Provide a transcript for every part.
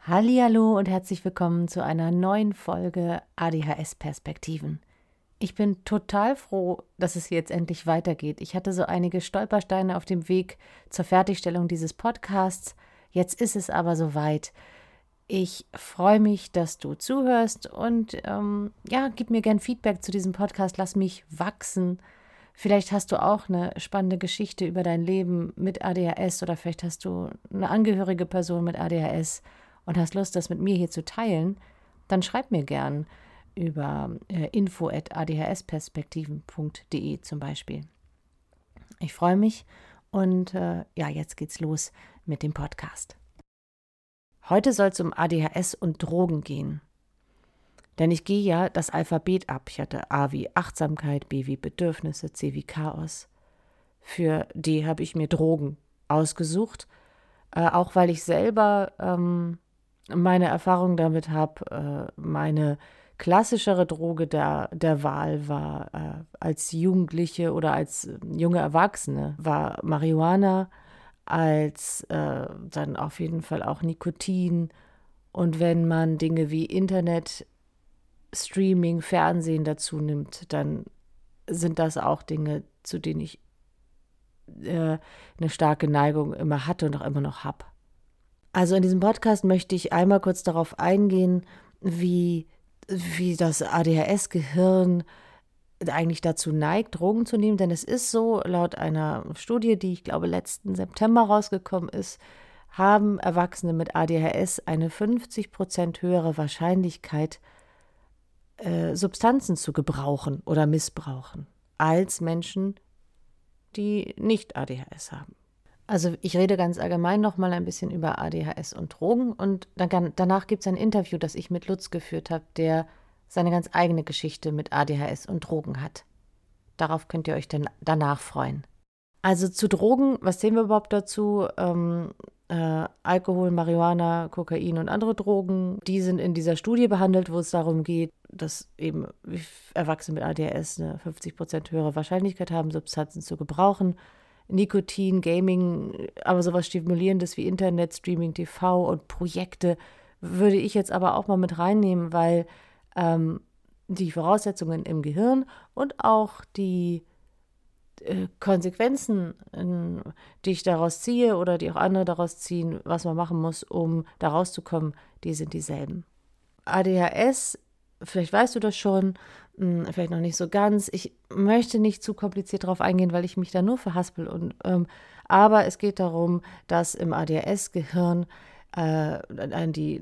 Hallihallo und herzlich willkommen zu einer neuen Folge ADHS-Perspektiven. Ich bin total froh, dass es jetzt endlich weitergeht. Ich hatte so einige Stolpersteine auf dem Weg zur Fertigstellung dieses Podcasts. Jetzt ist es aber soweit. Ich freue mich, dass du zuhörst und gib mir gern Feedback zu diesem Podcast. Lass mich wachsen. Vielleicht hast du auch eine spannende Geschichte über dein Leben mit ADHS oder vielleicht hast du eine angehörige Person mit ADHS und hast Lust, das mit mir hier zu teilen, dann schreib mir gern über info@adhsperspektiven.de zum Beispiel. Ich freue mich und jetzt geht's los mit dem Podcast. Heute soll es um ADHS und Drogen gehen. Denn ich gehe ja das Alphabet ab. Ich hatte A wie Achtsamkeit, B wie Bedürfnisse, C wie Chaos. Für D habe ich mir Drogen ausgesucht, auch weil ich selber meine Erfahrung damit habe. Meine klassischere Droge der Wahl war als Jugendliche oder als junge Erwachsene war Marihuana, als dann auf jeden Fall auch Nikotin. Und wenn man Dinge wie Internet, Streaming, Fernsehen dazu nimmt, dann sind das auch Dinge, zu denen ich eine starke Neigung immer hatte und auch immer noch habe. Also in diesem Podcast möchte ich einmal kurz darauf eingehen, wie das ADHS-Gehirn eigentlich dazu neigt, Drogen zu nehmen. Denn es ist so, laut einer Studie, die ich glaube letzten September rausgekommen ist, haben Erwachsene mit ADHS eine 50% höhere Wahrscheinlichkeit, Substanzen zu gebrauchen oder missbrauchen, als Menschen, die nicht ADHS haben. Also ich rede ganz allgemein noch mal ein bisschen über ADHS und Drogen und danach gibt es ein Interview, das ich mit Lutz geführt habe, der seine ganz eigene Geschichte mit ADHS und Drogen hat. Darauf könnt ihr euch dann danach freuen. Also zu Drogen, was sehen wir überhaupt dazu? Alkohol, Marihuana, Kokain und andere Drogen, die sind in dieser Studie behandelt, wo es darum geht, dass eben Erwachsene mit ADHS eine 50% höhere Wahrscheinlichkeit haben, Substanzen zu gebrauchen. Nikotin, Gaming, aber sowas Stimulierendes wie Internet, Streaming, TV und Projekte würde ich jetzt aber auch mal mit reinnehmen, weil die Voraussetzungen im Gehirn und auch die Konsequenzen, die ich daraus ziehe oder die auch andere daraus ziehen, was man machen muss, um da rauszukommen, die sind dieselben. ADHS, vielleicht weißt du das schon, vielleicht noch nicht so ganz. Ich möchte nicht zu kompliziert darauf eingehen, weil ich mich da nur verhaspel. Aber es geht darum, dass im ADHS-Gehirn an die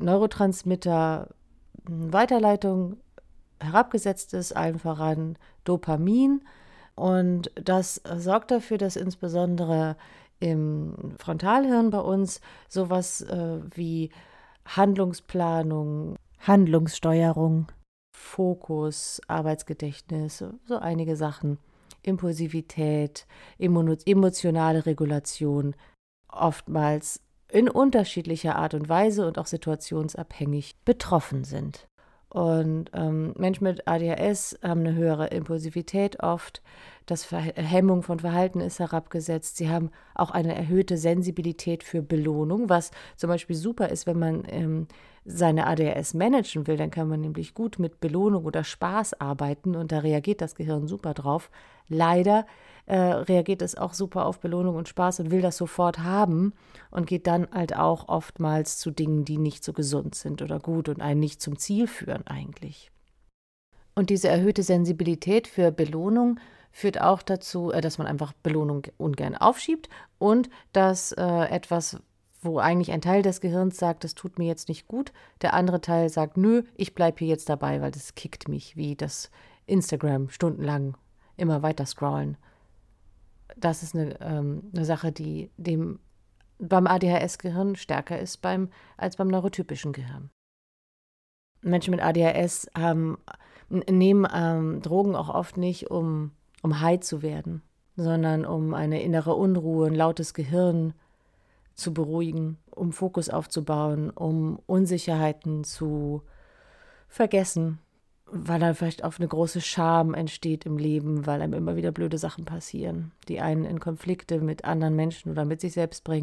Neurotransmitter-Weiterleitung herabgesetzt ist, allen voran Dopamin. Und das sorgt dafür, dass insbesondere im Frontalhirn bei uns sowas wie Handlungsplanung, Handlungssteuerung, Fokus, Arbeitsgedächtnis, so einige Sachen, Impulsivität, emotionale Regulation, oftmals in unterschiedlicher Art und Weise und auch situationsabhängig betroffen sind. Und Menschen mit ADHS haben eine höhere Impulsivität oft. Das Hemmung von Verhalten ist herabgesetzt. Sie haben auch eine erhöhte Sensibilität für Belohnung, was zum Beispiel super ist, wenn man seine ADHS managen will. Dann kann man nämlich gut mit Belohnung oder Spaß arbeiten und da reagiert das Gehirn super drauf. Leider reagiert es auch super auf Belohnung und Spaß und will das sofort haben und geht dann halt auch oftmals zu Dingen, die nicht so gesund sind oder gut und einen nicht zum Ziel führen eigentlich. Und diese erhöhte Sensibilität für Belohnung führt auch dazu, dass man einfach Belohnung ungern aufschiebt und dass etwas, wo eigentlich ein Teil des Gehirns sagt, das tut mir jetzt nicht gut, der andere Teil sagt, nö, ich bleibe hier jetzt dabei, weil das kickt mich, wie das Instagram stundenlang immer weiter scrollen. Das ist eine Sache, die beim ADHS-Gehirn stärker ist als beim neurotypischen Gehirn. Menschen mit ADHS nehmen Drogen auch oft nicht, um high zu werden, sondern um eine innere Unruhe, ein lautes Gehirn zu beruhigen, um Fokus aufzubauen, um Unsicherheiten zu vergessen, weil dann vielleicht auch eine große Scham entsteht im Leben, weil einem immer wieder blöde Sachen passieren, die einen in Konflikte mit anderen Menschen oder mit sich selbst bringen.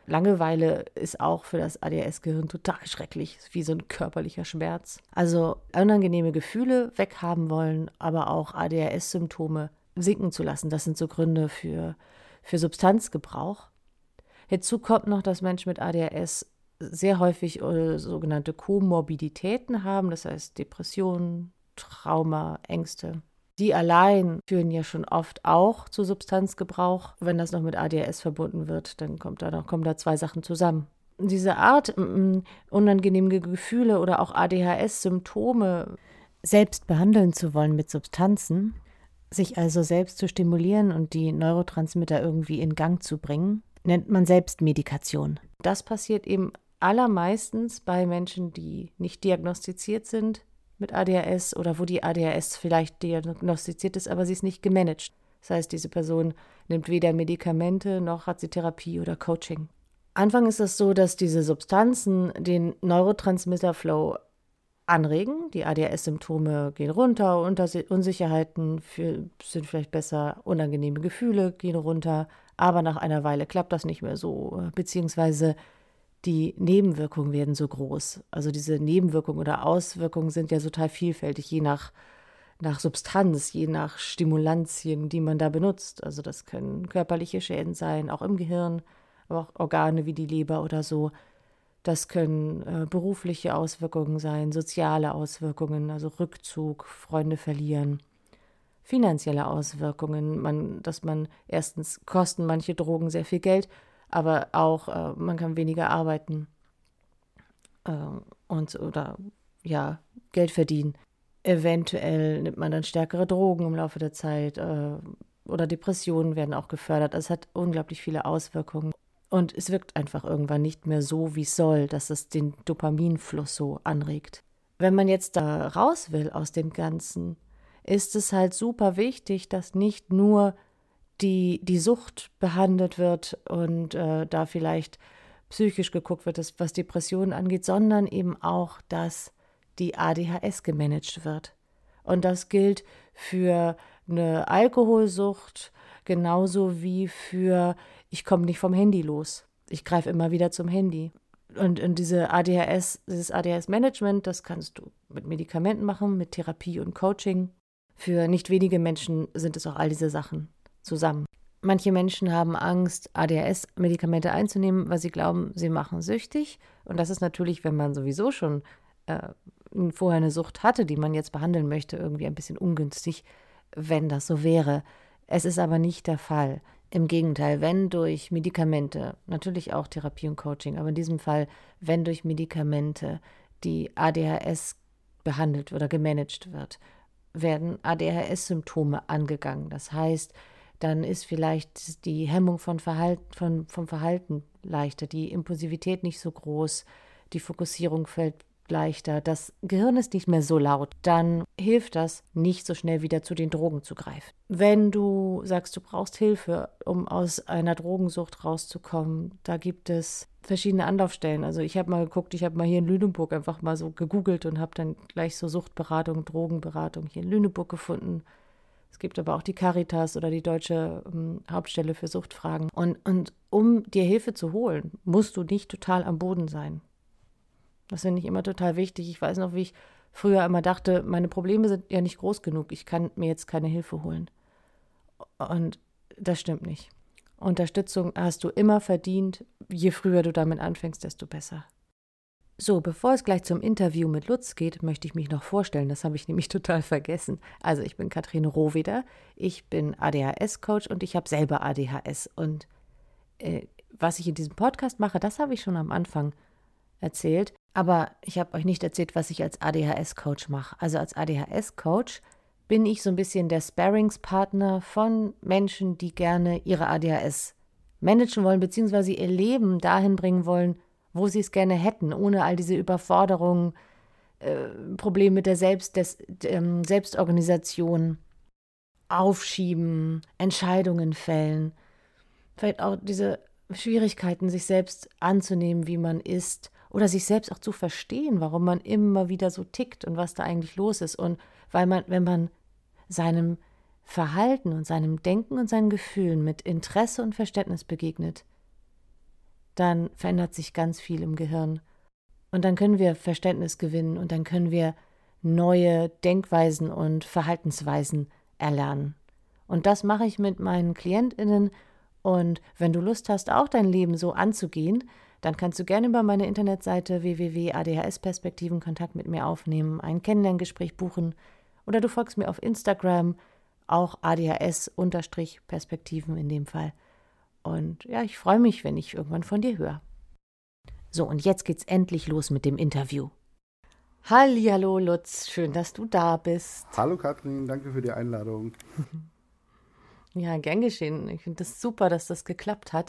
Langeweile ist auch für das ADHS-Gehirn total schrecklich, wie so ein körperlicher Schmerz. Also unangenehme Gefühle weghaben wollen, aber auch ADHS-Symptome sinken zu lassen. Das sind so Gründe für Substanzgebrauch. Hinzu kommt noch, dass Menschen mit ADHS sehr häufig sogenannte Komorbiditäten haben, das heißt Depressionen, Trauma, Ängste. Die allein führen ja schon oft auch zu Substanzgebrauch. Wenn das noch mit ADHS verbunden wird, dann kommen da zwei Sachen zusammen. Diese Art, unangenehme Gefühle oder auch ADHS-Symptome selbst behandeln zu wollen mit Substanzen, sich also selbst zu stimulieren und die Neurotransmitter irgendwie in Gang zu bringen, nennt man Selbstmedikation. Das passiert eben allermeistens bei Menschen, die nicht diagnostiziert sind mit ADHS oder wo die ADHS vielleicht diagnostiziert ist, aber sie ist nicht gemanagt. Das heißt, diese Person nimmt weder Medikamente noch hat sie Therapie oder Coaching. Anfang ist es so, dass diese Substanzen den Neurotransmitter-Flow anregen. Die ADHS-Symptome gehen runter, Unsicherheiten sind vielleicht besser, unangenehme Gefühle gehen runter, aber nach einer Weile klappt das nicht mehr so, beziehungsweise die Nebenwirkungen werden so groß. Also diese Nebenwirkungen oder Auswirkungen sind ja total vielfältig, je nach Substanz, je nach Stimulantien, die man da benutzt. Also das können körperliche Schäden sein, auch im Gehirn, aber auch Organe wie die Leber oder so. Das können berufliche Auswirkungen sein, soziale Auswirkungen, also Rückzug, Freunde verlieren, finanzielle Auswirkungen, dass man erstens kosten manche Drogen sehr viel Geld, aber auch man kann weniger arbeiten oder Geld verdienen. Eventuell nimmt man dann stärkere Drogen im Laufe der Zeit oder Depressionen werden auch gefördert. Es hat unglaublich viele Auswirkungen und es wirkt einfach irgendwann nicht mehr so, wie es soll, dass es den Dopaminfluss so anregt. Wenn man jetzt da raus will aus dem Ganzen, ist es halt super wichtig, dass nicht nur die Sucht behandelt wird und da vielleicht psychisch geguckt wird, was Depressionen angeht, sondern eben auch, dass die ADHS gemanagt wird. Und das gilt für eine Alkoholsucht genauso wie für, ich komme nicht vom Handy los. Ich greife immer wieder zum Handy. Und dieses ADHS-Management, das kannst du mit Medikamenten machen, mit Therapie und Coaching. Für nicht wenige Menschen sind es auch all diese Sachen zusammen. Manche Menschen haben Angst, ADHS-Medikamente einzunehmen, weil sie glauben, sie machen süchtig. Und das ist natürlich, wenn man sowieso schon vorher eine Sucht hatte, die man jetzt behandeln möchte, irgendwie ein bisschen ungünstig, wenn das so wäre. Es ist aber nicht der Fall. Im Gegenteil, wenn durch Medikamente, natürlich auch Therapie und Coaching, aber in diesem Fall, wenn durch Medikamente die ADHS behandelt oder gemanagt wird, werden ADHS-Symptome angegangen. Das heißt, dann ist vielleicht die Hemmung vom Verhalten leichter, die Impulsivität nicht so groß, die Fokussierung fällt leichter, das Gehirn ist nicht mehr so laut, dann hilft das, nicht so schnell wieder zu den Drogen zu greifen. Wenn du sagst, du brauchst Hilfe, um aus einer Drogensucht rauszukommen, da gibt es verschiedene Anlaufstellen. Also ich habe mal geguckt, ich habe mal hier in Lüneburg einfach mal so gegoogelt und habe dann gleich so Suchtberatung, Drogenberatung hier in Lüneburg gefunden. Es gibt aber auch die Caritas oder die Deutsche Hauptstelle für Suchtfragen. Und um dir Hilfe zu holen, musst du nicht total am Boden sein. Das finde ich immer total wichtig. Ich weiß noch, wie ich früher immer dachte, meine Probleme sind ja nicht groß genug. Ich kann mir jetzt keine Hilfe holen. Und das stimmt nicht. Unterstützung hast du immer verdient. Je früher du damit anfängst, desto besser. So, bevor es gleich zum Interview mit Lutz geht, möchte ich mich noch vorstellen. Das habe ich nämlich total vergessen. Also ich bin Katrin Rohweder. Ich bin ADHS-Coach und ich habe selber ADHS. Und was ich in diesem Podcast mache, das habe ich schon am Anfang erzählt. Aber ich habe euch nicht erzählt, was ich als ADHS-Coach mache. Also als ADHS-Coach bin ich so ein bisschen der Sparringspartner von Menschen, die gerne ihre ADHS managen wollen, beziehungsweise ihr Leben dahin bringen wollen, wo sie es gerne hätten, ohne all diese Überforderungen, Probleme mit der Selbstorganisation, Aufschieben, Entscheidungen fällen, vielleicht auch diese Schwierigkeiten, sich selbst anzunehmen, wie man ist, oder sich selbst auch zu verstehen, warum man immer wieder so tickt und was da eigentlich los ist. Und weil wenn man seinem Verhalten und seinem Denken und seinen Gefühlen mit Interesse und Verständnis begegnet, dann verändert sich ganz viel im Gehirn. Und dann können wir Verständnis gewinnen und dann können wir neue Denkweisen und Verhaltensweisen erlernen. Und das mache ich mit meinen KlientInnen. Und wenn du Lust hast, auch dein Leben so anzugehen, dann kannst du gerne über meine Internetseite www.adhs-perspektiven Kontakt mit mir aufnehmen, ein Kennenlerngespräch buchen oder du folgst mir auf Instagram, auch ADHS-Perspektiven in dem Fall. Und ja, ich freue mich, wenn ich irgendwann von dir höre. So, und jetzt geht's endlich los mit dem Interview. Hallihallo Lutz, schön, dass du da bist. Hallo Katrin, danke für die Einladung. Ja, gern geschehen. Ich finde das super, dass das geklappt hat.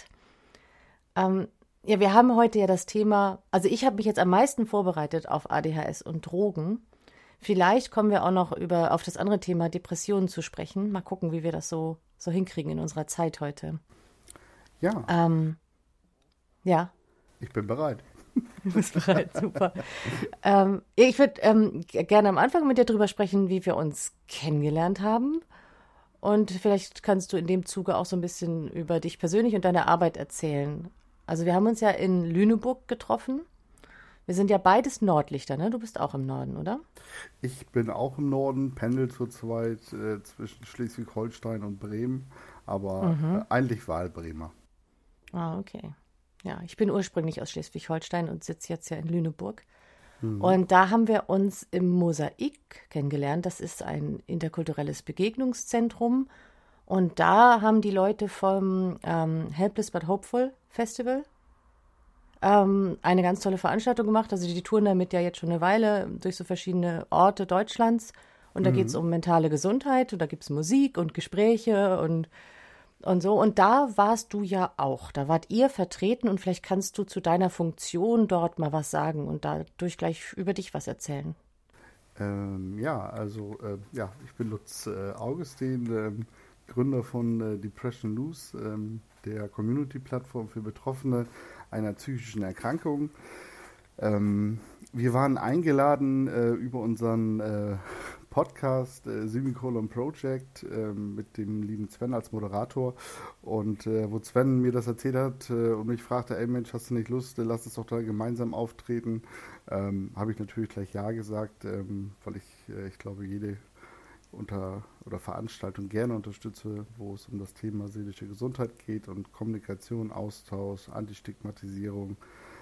Ja, wir haben heute ja das Thema, also ich habe mich jetzt am meisten vorbereitet auf ADHS und Drogen. Vielleicht kommen wir auch noch auf das andere Thema Depressionen zu sprechen. Mal gucken, wie wir das so hinkriegen in unserer Zeit heute. Ja, Ja, ich bin bereit. du bist bereit, super. Ich würde gerne am Anfang mit dir drüber sprechen, wie wir uns kennengelernt haben. Und vielleicht kannst du in dem Zuge auch so ein bisschen über dich persönlich und deine Arbeit erzählen. Also wir haben uns ja in Lüneburg getroffen. Wir sind ja beides Nordlichter, ne? Du bist auch im Norden, oder? Ich bin auch im Norden, pendel zurzeit zwischen Schleswig-Holstein und Bremen, aber eigentlich Wahlbremer. Ah, okay. Ja, ich bin ursprünglich aus Schleswig-Holstein und sitze jetzt ja in Lüneburg. Mhm. Und da haben wir uns im Mosaik kennengelernt. Das ist ein interkulturelles Begegnungszentrum. Und da haben die Leute vom Helpless but Hopeful Festival eine ganz tolle Veranstaltung gemacht. Also die touren damit ja jetzt schon eine Weile durch so verschiedene Orte Deutschlands. Und da geht es Mhm. um mentale Gesundheit und da gibt es Musik und Gespräche und so. Und da warst du ja auch. Da wart ihr vertreten und vielleicht kannst du zu deiner Funktion dort mal was sagen und dadurch gleich über dich was erzählen. Ja, ich bin Lutz Augustin, Gründer von Depression Loose, der Community-Plattform für Betroffene einer psychischen Erkrankung. Wir waren eingeladen über unseren Podcast Semicolon Project mit dem lieben Sven als Moderator. Und wo Sven mir das erzählt hat und mich fragte, ey Mensch, hast du nicht Lust, lass uns doch da gemeinsam auftreten, habe ich natürlich gleich Ja gesagt, weil ich glaube, jede oder Veranstaltung gerne unterstütze, wo es um das Thema seelische Gesundheit geht und Kommunikation, Austausch, Antistigmatisierung.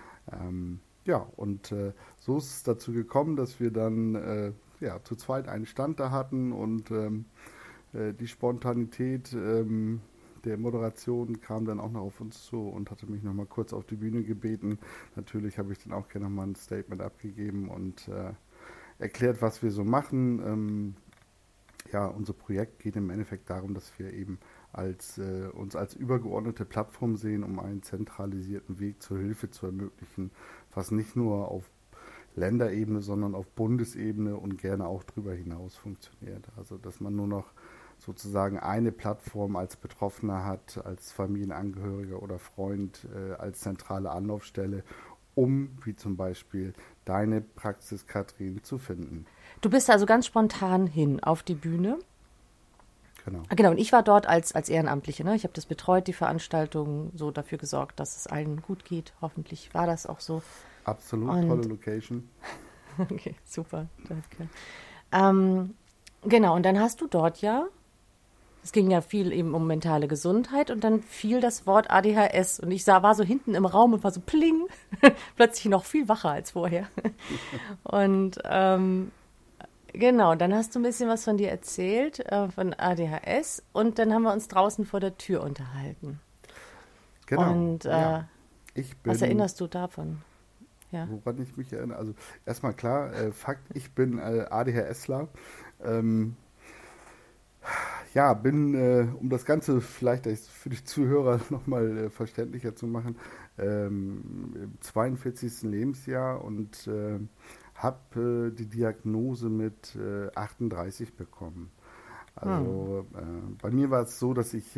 So ist es dazu gekommen, dass wir dann zu zweit einen Stand da hatten und die Spontanität der Moderation kam dann auch noch auf uns zu und hatte mich noch mal kurz auf die Bühne gebeten. Natürlich habe ich dann auch gerne noch mal ein Statement abgegeben und erklärt, was wir so machen. Unser Projekt geht im Endeffekt darum, dass wir eben uns als übergeordnete Plattform sehen, um einen zentralisierten Weg zur Hilfe zu ermöglichen, was nicht nur auf Länderebene, sondern auf Bundesebene und gerne auch darüber hinaus funktioniert. Also dass man nur noch sozusagen eine Plattform als Betroffener hat, als Familienangehöriger oder Freund, als zentrale Anlaufstelle, um, wie zum Beispiel, deine Praxis, Katrin, zu finden. Du bist also ganz spontan hin auf die Bühne. Genau. Ah, genau, und ich war dort als Ehrenamtliche. Ne? Ich habe das betreut, die Veranstaltung, so dafür gesorgt, dass es allen gut geht. Hoffentlich war das auch so. Absolut tolle Und Location. okay, super, danke. Genau, und dann hast du dort ja, es ging ja viel eben um mentale Gesundheit und dann fiel das Wort ADHS und war so hinten im Raum und war so pling, plötzlich noch viel wacher als vorher. Und genau, dann hast du ein bisschen was von dir erzählt, von ADHS und dann haben wir uns draußen vor der Tür unterhalten. Genau, Und ja. Ich was bin, erinnerst du davon? Ja. woran ich mich erinnere, also erstmal klar, Fakt, ich bin ADHSler. Ähm, um das Ganze vielleicht für die Zuhörer nochmal verständlicher zu machen, im 42. Lebensjahr und habe die Diagnose mit 38 bekommen. Hm. Also bei mir war es so, dass ich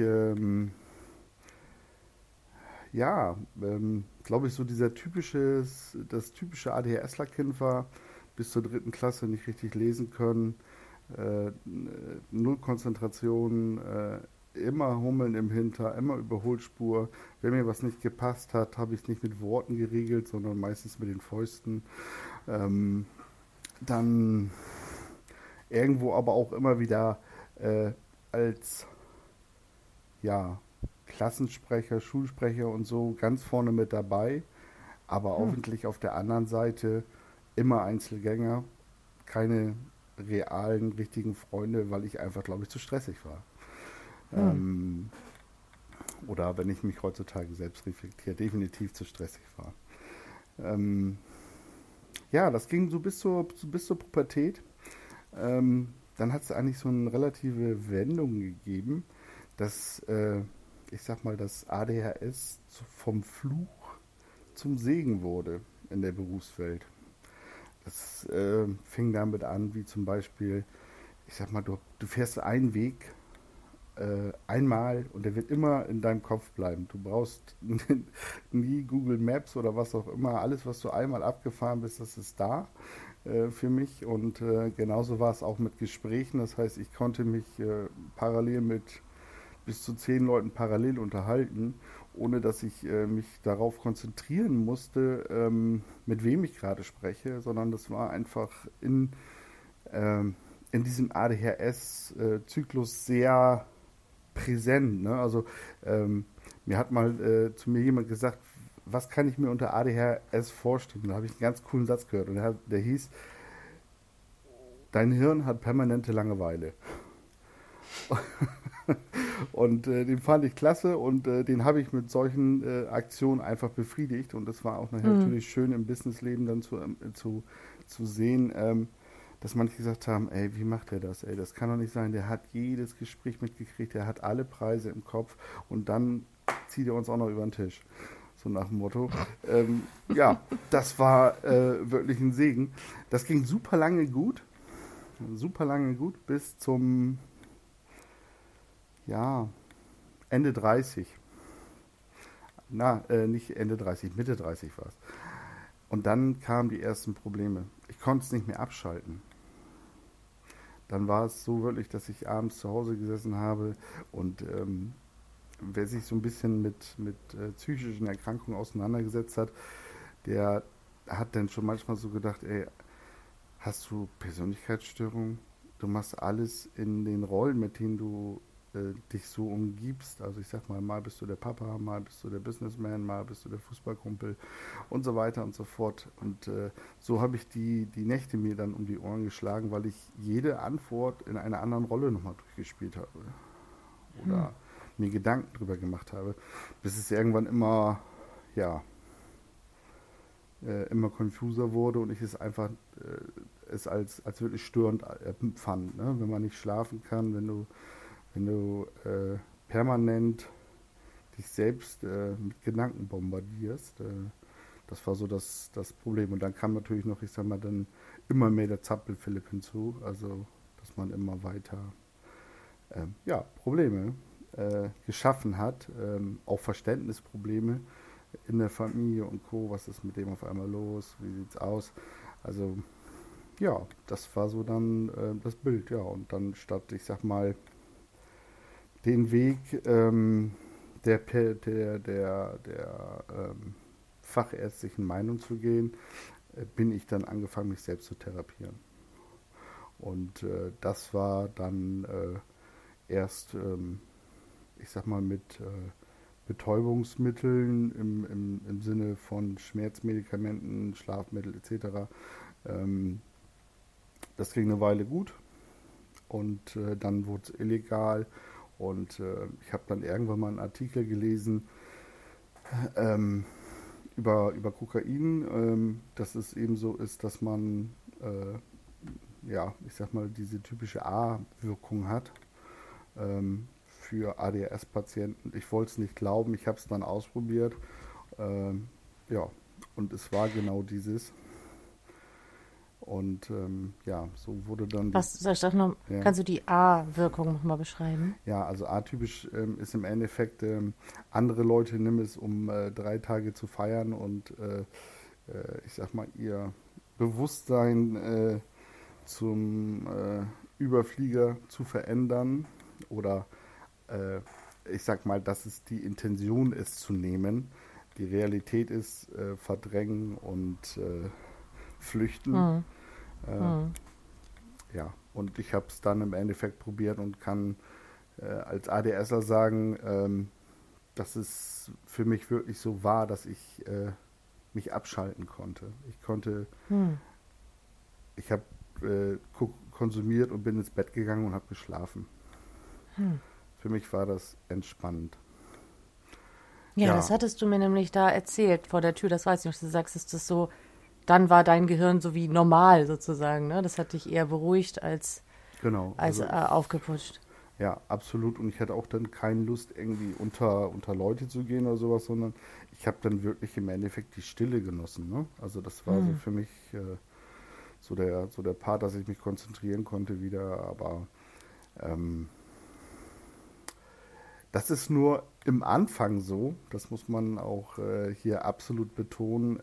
glaube ich, so das typische ADHSler-Kind war, bis zur dritten Klasse nicht richtig lesen können, null Konzentration, immer Hummeln im Hinter, immer Überholspur. Wenn mir was nicht gepasst hat, habe ich es nicht mit Worten geregelt, sondern meistens mit den Fäusten. Ähm, Dann irgendwo aber auch immer wieder als ja, Klassensprecher, Schulsprecher und so ganz vorne mit dabei, aber Hm. hoffentlich auf der anderen Seite immer Einzelgänger, keine realen, richtigen Freunde, weil ich einfach, glaube ich, zu stressig war. Hm. Ähm, oder wenn ich mich heutzutage selbst reflektiere, definitiv zu stressig war. Ähm, ja, das ging so bis zur Pubertät. Dann hat es eigentlich so eine relative Wendung gegeben, dass, ich sag mal, das ADHS vom Fluch zum Segen wurde in der Berufswelt. Das fing damit an, wie zum Beispiel, ich sag mal, du fährst einen Weg einmal und der wird immer in deinem Kopf bleiben. Du brauchst nie Google Maps oder was auch immer. Alles, was du einmal abgefahren bist, das ist da für mich. Und genauso war es auch mit Gesprächen. Das heißt, ich konnte mich parallel mit bis zu 10 Leuten parallel unterhalten, ohne dass ich mich darauf konzentrieren musste, mit wem ich gerade spreche, sondern das war einfach ähm, in diesem ADHS-Zyklus sehr präsent. Ne? Also mir hat mal zu mir jemand gesagt, was kann ich mir unter ADHS vorstellen? Da habe ich einen ganz coolen Satz gehört und der hieß, dein Hirn hat permanente Langeweile. Und den fand ich klasse und den habe ich mit solchen Aktionen einfach befriedigt. Und das war auch nachher Hm. natürlich schön im Businessleben dann zu sehen, dass manche gesagt haben, ey, wie macht er das? Ey, das kann doch nicht sein. Der hat jedes Gespräch mitgekriegt, der hat alle Preise im Kopf und dann zieht er uns auch noch über den Tisch. So nach dem Motto. Ja, das war wirklich ein Segen. Das ging super lange gut, bis zum, ja, Ende 30. Na, nicht Ende 30, Mitte 30 war es. Und dann kamen die ersten Probleme. Ich konnte es nicht mehr abschalten. Dann war es so wirklich, dass ich abends zu Hause gesessen habe und wer sich so ein bisschen mit psychischen Erkrankungen auseinandergesetzt hat, der hat dann schon manchmal so gedacht, ey, hast du Persönlichkeitsstörungen? Du machst alles in den Rollen, mit denen du dich so umgibst. Also ich sag mal bist du der Papa, mal bist du der Businessman, mal bist du der Fußballkumpel und so weiter und so fort. Und so habe ich die Nächte mir dann um die Ohren geschlagen, weil ich jede Antwort in einer anderen Rolle nochmal durchgespielt habe. Hm. Oder mir Gedanken drüber gemacht habe, bis es irgendwann immer, ja, immer konfuser wurde und ich es einfach es als wirklich störend empfand. Ne? Wenn man nicht schlafen kann, wenn du permanent dich selbst mit Gedanken bombardierst. Das war so das Problem. Und dann kam natürlich noch, ich sag mal, dann immer mehr der Zappel-Philipp hinzu. Also, dass man immer weiter ja, Probleme geschaffen hat. Auch Verständnisprobleme in der Familie und Co. Was ist mit dem auf einmal los? Wie sieht's aus? Also, ja, das war so dann das Bild. Ja, und dann statt, ich sag mal, den Weg der fachärztlichen Meinung zu gehen, bin ich dann angefangen, mich selbst zu therapieren. Und das war dann erst, ich sag mal, mit Betäubungsmitteln im Sinne von Schmerzmedikamenten, Schlafmittel etc. Ähm, Das ging eine Weile gut und dann wurde es illegal und ich habe dann irgendwann mal einen Artikel gelesen ähm, über Kokain, dass es eben so ist, dass man, ja, ich sag mal, diese typische A-Wirkung hat für ADHS-Patienten. Ich wollte es nicht glauben, ich habe es dann ausprobiert. Ja, und es war genau dieses. Und ja, so wurde dann Was, soll ich doch noch, ja, kannst du die A-Wirkung nochmal beschreiben? ja, also atypisch ist im Endeffekt, andere Leute nehmen es, um 3 Tage zu feiern und ich sag mal, ihr Bewusstsein zum Überflieger zu verändern oder ich sag mal, das ist die Intention, es zu nehmen. Die Realität ist verdrängen und flüchten. Hm. Äh, Hm. ja, und ich habe es dann im Endeffekt probiert und kann als ADSler sagen, dass es für mich wirklich so war, dass ich mich abschalten konnte. Hm. Ich habe konsumiert und bin ins Bett gegangen und habe geschlafen. Hm. Für mich war das entspannend. Ja, das Ja, hattest du mir nämlich da erzählt vor der Tür. Das weiß ich noch. Du sagst, ist das so, dann war dein Gehirn so wie normal sozusagen, ne? Das hat dich eher beruhigt genau. als aufgeputscht. Ja, absolut. Und ich hatte auch dann keine Lust, irgendwie unter Leute zu gehen oder sowas, sondern ich habe dann wirklich im Endeffekt die Stille genossen. Ne? Also das war so Hm. für mich so der Part, dass ich mich konzentrieren konnte wieder. Aber ähm, das ist nur im Anfang so. Das muss man auch hier absolut betonen.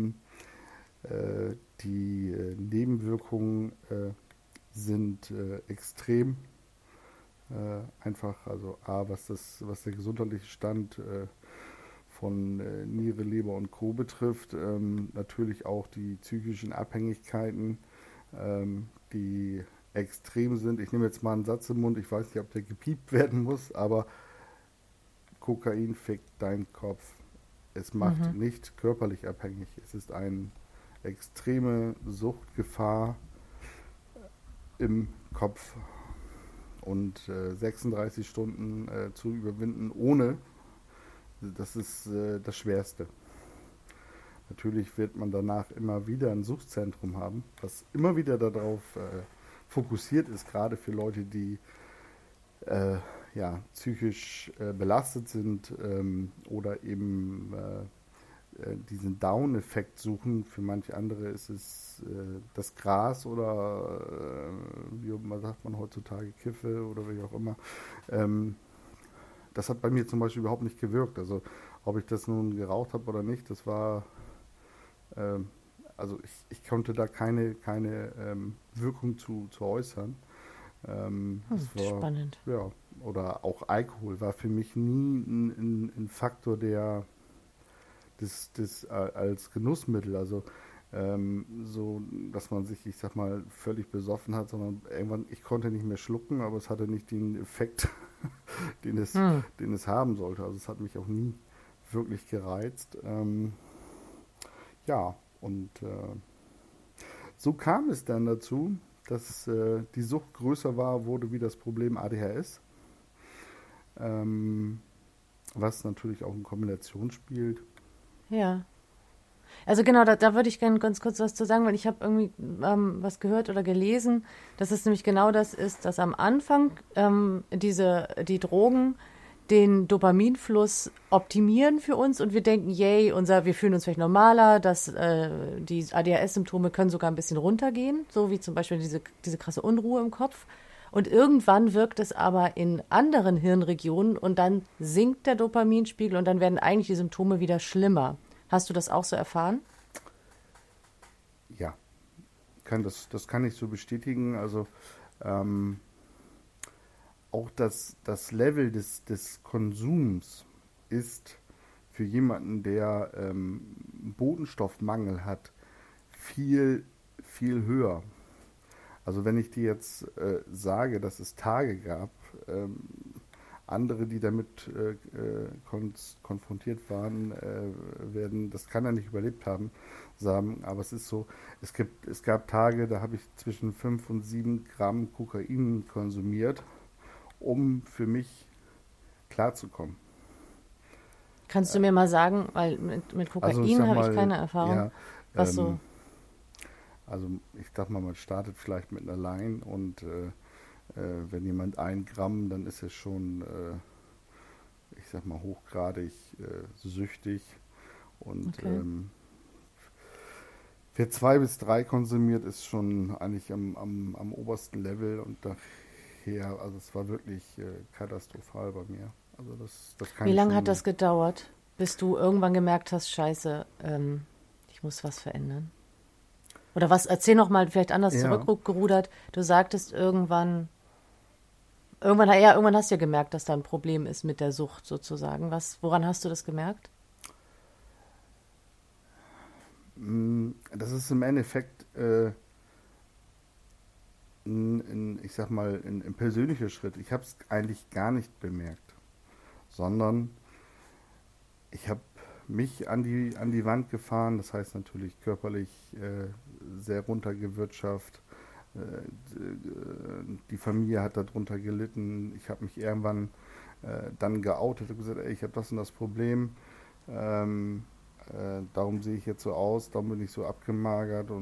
Die Nebenwirkungen sind extrem. Einfach, also A, was der gesundheitliche Stand von Niere, Leber und Co. betrifft, natürlich auch die psychischen Abhängigkeiten, die extrem sind. Ich nehme jetzt mal einen Satz im Mund, ich weiß nicht, ob der gepiept werden muss, aber Kokain fickt deinen Kopf. Es macht Mhm. nicht körperlich abhängig. Es ist eine extreme Suchtgefahr im Kopf und 36 Stunden zu überwinden ohne, das ist das Schwerste. Natürlich wird man danach immer wieder ein Suchtzentrum haben, was immer wieder darauf fokussiert ist, gerade für Leute, die äh, ja, psychisch belastet sind oder eben diesen Down-Effekt suchen. Für manche andere ist es das Gras oder wie sagt man heutzutage, Kiffe oder wie auch immer. Ähm, Das hat bei mir zum Beispiel überhaupt nicht gewirkt. Also ob ich das nun geraucht habe oder nicht, das war, ähm, also ich konnte da keine Wirkung zu äußern. Hm. Es war, Spannend. ja, oder auch Alkohol war für mich nie ein Faktor, als Genussmittel, also so, dass man sich, ich sag mal, völlig besoffen hat, sondern irgendwann, ich konnte nicht mehr schlucken, aber es hatte nicht den Effekt, den es, Hm. den es haben sollte. Also es hat mich auch nie wirklich gereizt. Ja, und so kam es dann dazu, dass die Sucht größer wurde wie das Problem ADHS, ähm, was natürlich auch in Kombination spielt. Ja. Also genau, da würde ich gerne ganz kurz was zu sagen, weil ich habe irgendwie was gehört oder gelesen, dass es nämlich genau das ist, dass am Anfang die Drogen den Dopaminfluss optimieren für uns und wir denken, yay, wir fühlen uns vielleicht normaler, dass die ADHS-Symptome können sogar ein bisschen runtergehen, so wie zum Beispiel diese krasse Unruhe im Kopf. Und irgendwann wirkt es aber in anderen Hirnregionen und dann sinkt der Dopaminspiegel und dann werden eigentlich die Symptome wieder schlimmer. Hast du das auch so erfahren? Ja, das kann ich so bestätigen. Also ähm, auch das Level des Konsums ist für jemanden, der Botenstoffmangel hat, viel, viel höher. Also wenn ich dir jetzt sage, dass es Tage gab, ähm, andere, die damit konfrontiert waren, werden das kann er nicht überlebt haben, sagen. Aber es ist so, es gab Tage, da habe ich zwischen 5 und 7 Gramm Kokain konsumiert, um für mich klarzukommen. Kannst du mir mal sagen, weil mit Also ich Kokain sag habe ich mal, keine Erfahrung, ja, was so. ähm, also ich sag mal, man startet vielleicht mit einer Line und wenn jemand 1 Gramm, dann ist es schon, ich sag mal, hochgradig süchtig. Und Okay. wer 2 bis 3 konsumiert, ist schon eigentlich am obersten Level und daher, also es war wirklich katastrophal bei mir. Also das kann Wie ich lange hat schon. das gedauert, bis du irgendwann gemerkt hast, Scheiße, ich muss was verändern? Oder was, erzähl noch mal vielleicht anders Ja, zurückgerudert. Du sagtest irgendwann, Irgendwann hast du ja gemerkt, dass da ein Problem ist mit der Sucht sozusagen. Woran hast du das gemerkt? Das ist im Endeffekt ich sag mal, ein persönlicher Schritt. Ich habe es eigentlich gar nicht bemerkt, sondern ich habe mich an die Wand gefahren, das heißt natürlich körperlich sehr runtergewirtschaftet. Die Familie hat darunter gelitten. Ich habe mich irgendwann dann geoutet und gesagt, ey, ich habe das und das Problem. Ähm, darum sehe ich jetzt so aus, darum bin ich so abgemagert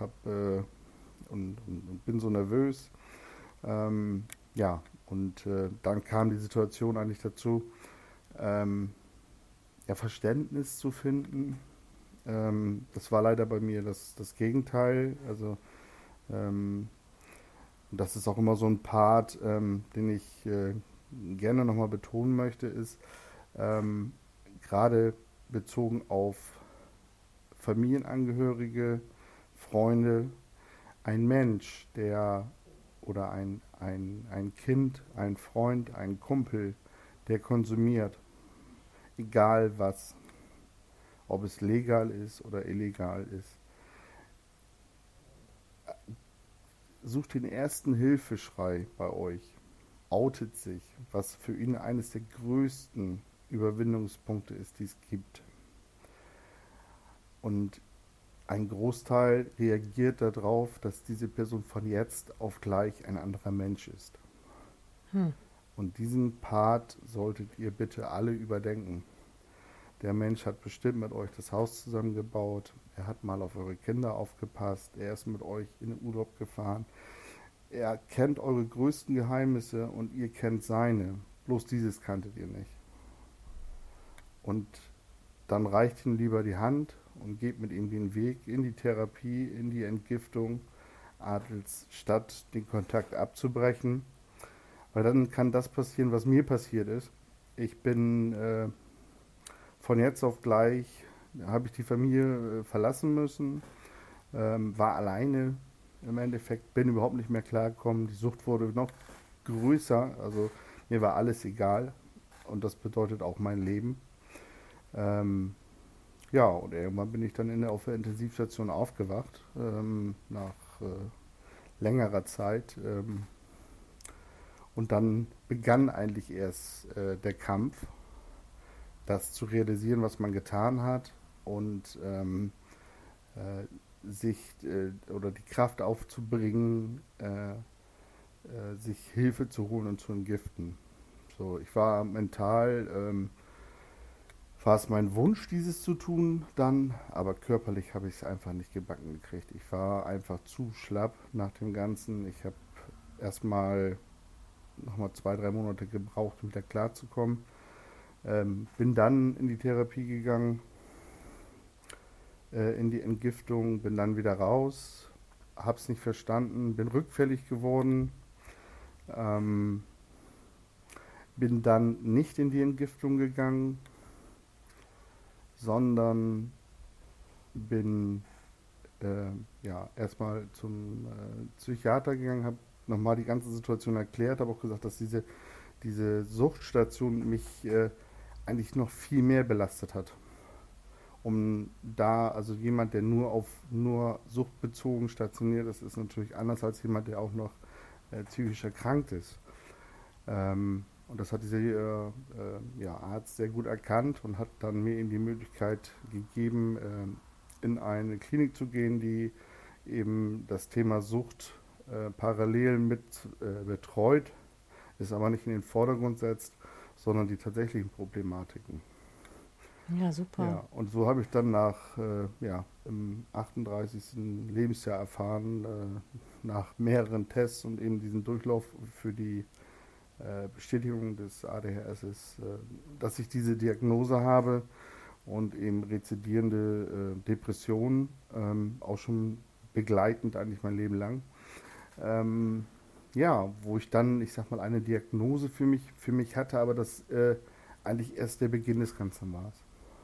und bin so nervös. Ja, und dann kam die Situation eigentlich dazu, ähm, ja, Verständnis zu finden. Das war leider bei mir das Gegenteil. Also ähm, das ist auch immer so ein Part, den ich gerne nochmal betonen möchte, ist ähm, gerade bezogen auf Familienangehörige, Freunde, ein Mensch, der oder ein Kind, ein Freund, ein Kumpel, der konsumiert, egal was, ob es legal ist oder illegal ist, sucht den ersten Hilfeschrei bei euch, outet sich, was für ihn eines der größten Überwindungspunkte ist, die es gibt. Und ein Großteil reagiert darauf, dass diese Person von jetzt auf gleich ein anderer Mensch ist. Hm. Und diesen Part solltet ihr bitte alle überdenken. Der Mensch hat bestimmt mit euch das Haus zusammengebaut, er hat mal auf eure Kinder aufgepasst, er ist mit euch in den Urlaub gefahren, er kennt eure größten Geheimnisse und ihr kennt seine. Bloß dieses kanntet ihr nicht. Und dann reicht ihm lieber die Hand und geht mit ihm den Weg in die Therapie, in die Entgiftung, statt den Kontakt abzubrechen. Weil dann kann das passieren, was mir passiert ist. Ich bin von jetzt auf gleich, habe ich die Familie verlassen müssen, war alleine im Endeffekt, bin überhaupt nicht mehr klargekommen. Die Sucht wurde noch größer, also mir war alles egal und das bedeutet auch mein Leben. Ja, und irgendwann bin ich dann auf der Intensivstation aufgewacht, nach längerer Zeit. Und dann begann eigentlich erst der Kampf, das zu realisieren, was man getan hat und sich oder die Kraft aufzubringen, sich Hilfe zu holen und zu entgiften. So, ich war mental, war es mein Wunsch, dieses zu tun dann, aber körperlich habe ich es einfach nicht gebacken gekriegt. Ich war einfach zu schlapp nach dem Ganzen. Ich habe erstmal nochmal 2, 3 Monate gebraucht, um wieder klarzukommen. Bin dann in die Therapie gegangen, in die Entgiftung, bin dann wieder raus, hab's nicht verstanden, bin rückfällig geworden, ähm, bin dann nicht in die Entgiftung gegangen, sondern bin ja erstmal zum Psychiater gegangen, habe nochmal die ganze Situation erklärt, habe auch gesagt, dass diese Suchtstation mich eigentlich noch viel mehr belastet hat. Also jemand, der nur suchtbezogen stationiert ist, ist natürlich anders als jemand, der auch noch psychisch erkrankt ist. Und das hat dieser ja, Arzt sehr gut erkannt und hat dann mir eben die Möglichkeit gegeben, in eine Klinik zu gehen, die eben das Thema Sucht parallel mit betreut, es aber nicht in den Vordergrund setzt, sondern die tatsächlichen Problematiken. Ja, super. Ja, und so habe ich dann ja, im 38. Lebensjahr erfahren, nach mehreren Tests und eben diesem Durchlauf für die Bestätigung des ADHS, dass ich diese Diagnose habe und eben rezidierende Depressionen, auch schon begleitend eigentlich mein Leben lang. Ja, wo ich dann, ich sag mal, eine Diagnose für mich hatte, aber das eigentlich erst der Beginn des Ganzen war.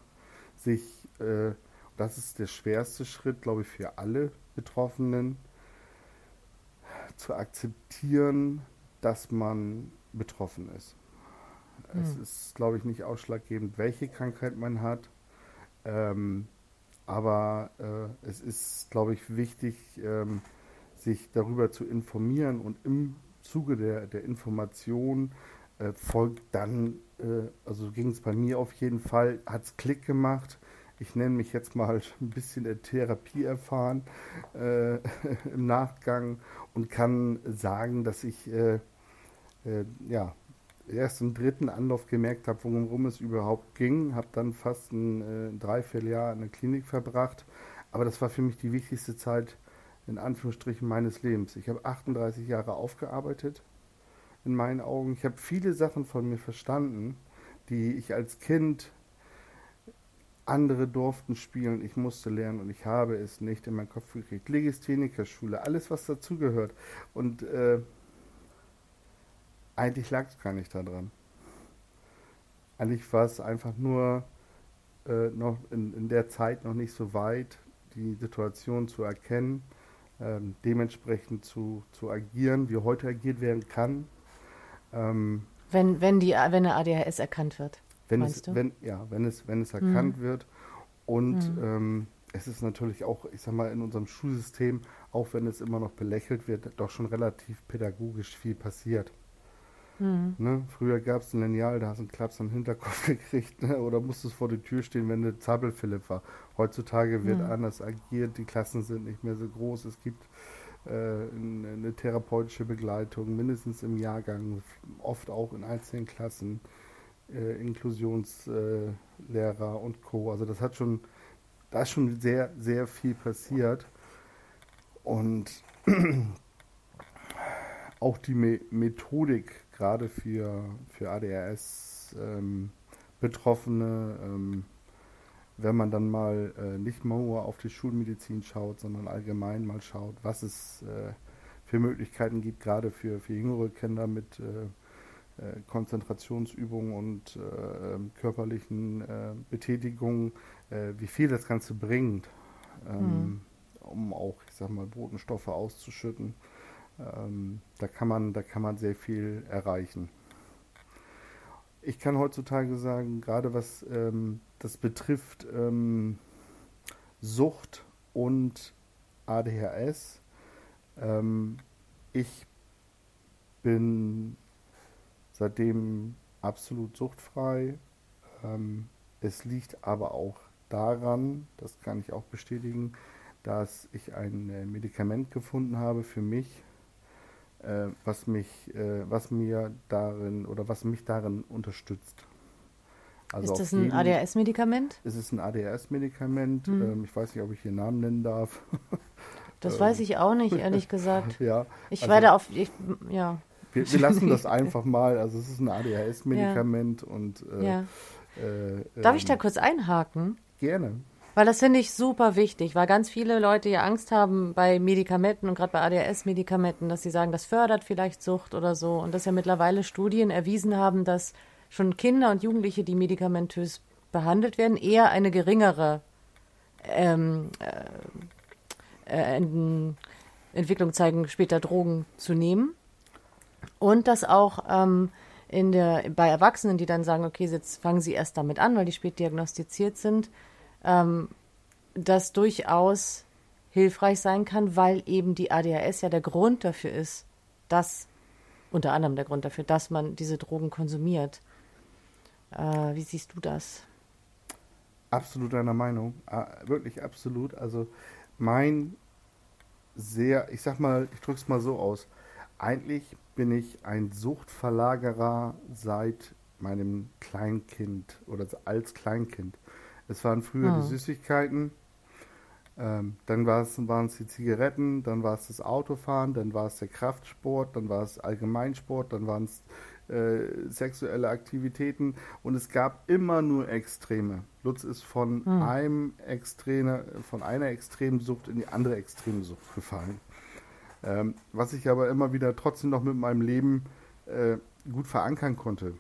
Das ist der schwerste Schritt, glaube ich, für alle Betroffenen, zu akzeptieren, dass man betroffen ist. Es ist, glaube ich, nicht ausschlaggebend, welche Krankheit man hat. Aber es ist, glaube ich, wichtig, sich darüber zu informieren und im Zuge der Information folgt dann, also ging es bei mir auf jeden Fall, hat es Klick gemacht. Ich nenne mich jetzt mal ein bisschen der Therapie erfahren im Nachgang und kann sagen, dass ich ja, erst im dritten Anlauf gemerkt habe, worum es überhaupt ging. Habe dann fast ein Dreivierteljahr in der Klinik verbracht. Aber das war für mich die wichtigste Zeit, in Anführungsstrichen, meines Lebens. Ich habe 38 Jahre aufgearbeitet, in meinen Augen. Ich habe viele Sachen von mir verstanden, die ich als Kind, andere durften spielen, ich musste lernen und ich habe es nicht in meinen Kopf gekriegt. Legisthenikerschule, alles was dazugehört. Und eigentlich lag es gar nicht daran. Eigentlich war es einfach nur noch in der Zeit noch nicht so weit, die Situation zu erkennen, dementsprechend zu agieren, wie heute agiert werden kann. Wenn eine ADHS erkannt wird, meinst du? Wenn es erkannt wird. Und es ist natürlich auch, ich sag mal, in unserem Schulsystem, auch wenn es immer noch belächelt wird, doch schon relativ pädagogisch viel passiert. Ne? Früher gab es ein Lineal, da hast du einen Klaps am Hinterkopf gekriegt, ne? Oder musstest vor der Tür stehen, wenn der Zappel-Philipp war. Heutzutage wird anders agiert, die Klassen sind nicht mehr so groß, es gibt eine therapeutische Begleitung, mindestens im Jahrgang, oft auch in einzelnen Klassen, Inklusionslehrer und Co. Also da ist schon sehr, sehr viel passiert. Und auch die Methodik, gerade für ADHS-Betroffene, wenn man dann mal nicht nur auf die Schulmedizin schaut, sondern allgemein mal schaut, was es für Möglichkeiten gibt, gerade für jüngere Kinder mit Konzentrationsübungen und körperlichen Betätigungen, wie viel das Ganze bringt, um auch, ich sag mal, Botenstoffe auszuschütten. Da kann man sehr viel erreichen. Ich kann heutzutage sagen, gerade was das betrifft, Sucht und ADHS, ich bin seitdem absolut suchtfrei. Es liegt aber auch daran, das kann ich auch bestätigen, dass ich ein Medikament gefunden habe für mich, was mich darin unterstützt. Also Ist das ein ADHS-Medikament? es ist ein ADHS-Medikament. Ich weiß nicht, ob ich hier Namen nennen darf. Das weiß ich auch nicht, ehrlich gesagt. Ja, Ich also werde ja. wir lassen das einfach mal. Also es ist ein ADHS-Medikament und Ja. Darf ich da kurz einhaken? gerne. Weil das finde ich super wichtig, weil ganz viele Leute ja Angst haben bei Medikamenten und gerade bei ADHS-Medikamenten, dass sie sagen, das fördert vielleicht Sucht oder so. Und dass ja mittlerweile Studien erwiesen haben, dass schon Kinder und Jugendliche, die medikamentös behandelt werden, eher eine geringere Entwicklung zeigen, später Drogen zu nehmen. Und dass auch bei Erwachsenen, die dann sagen, okay, jetzt fangen sie erst damit an, weil die spät diagnostiziert sind, das durchaus hilfreich sein kann, weil eben die ADHS ja der Grund dafür ist, unter anderem der Grund dafür, dass man diese Drogen konsumiert. Wie siehst du das? Absolut deiner Meinung. Wirklich absolut. Also ich sag mal, ich drück's mal so aus. Eigentlich bin ich ein Suchtverlagerer seit meinem Kleinkind oder als Kleinkind. Es waren früher die Süßigkeiten, dann waren es die Zigaretten, dann war es das Autofahren, dann war es der Kraftsport, dann war es Allgemeinsport, dann waren es sexuelle Aktivitäten und es gab immer nur Extreme. Lutz ist von einer extremen Sucht in die andere extreme Sucht gefallen. Was ich aber immer wieder trotzdem noch mit meinem Leben gut verankern konnte.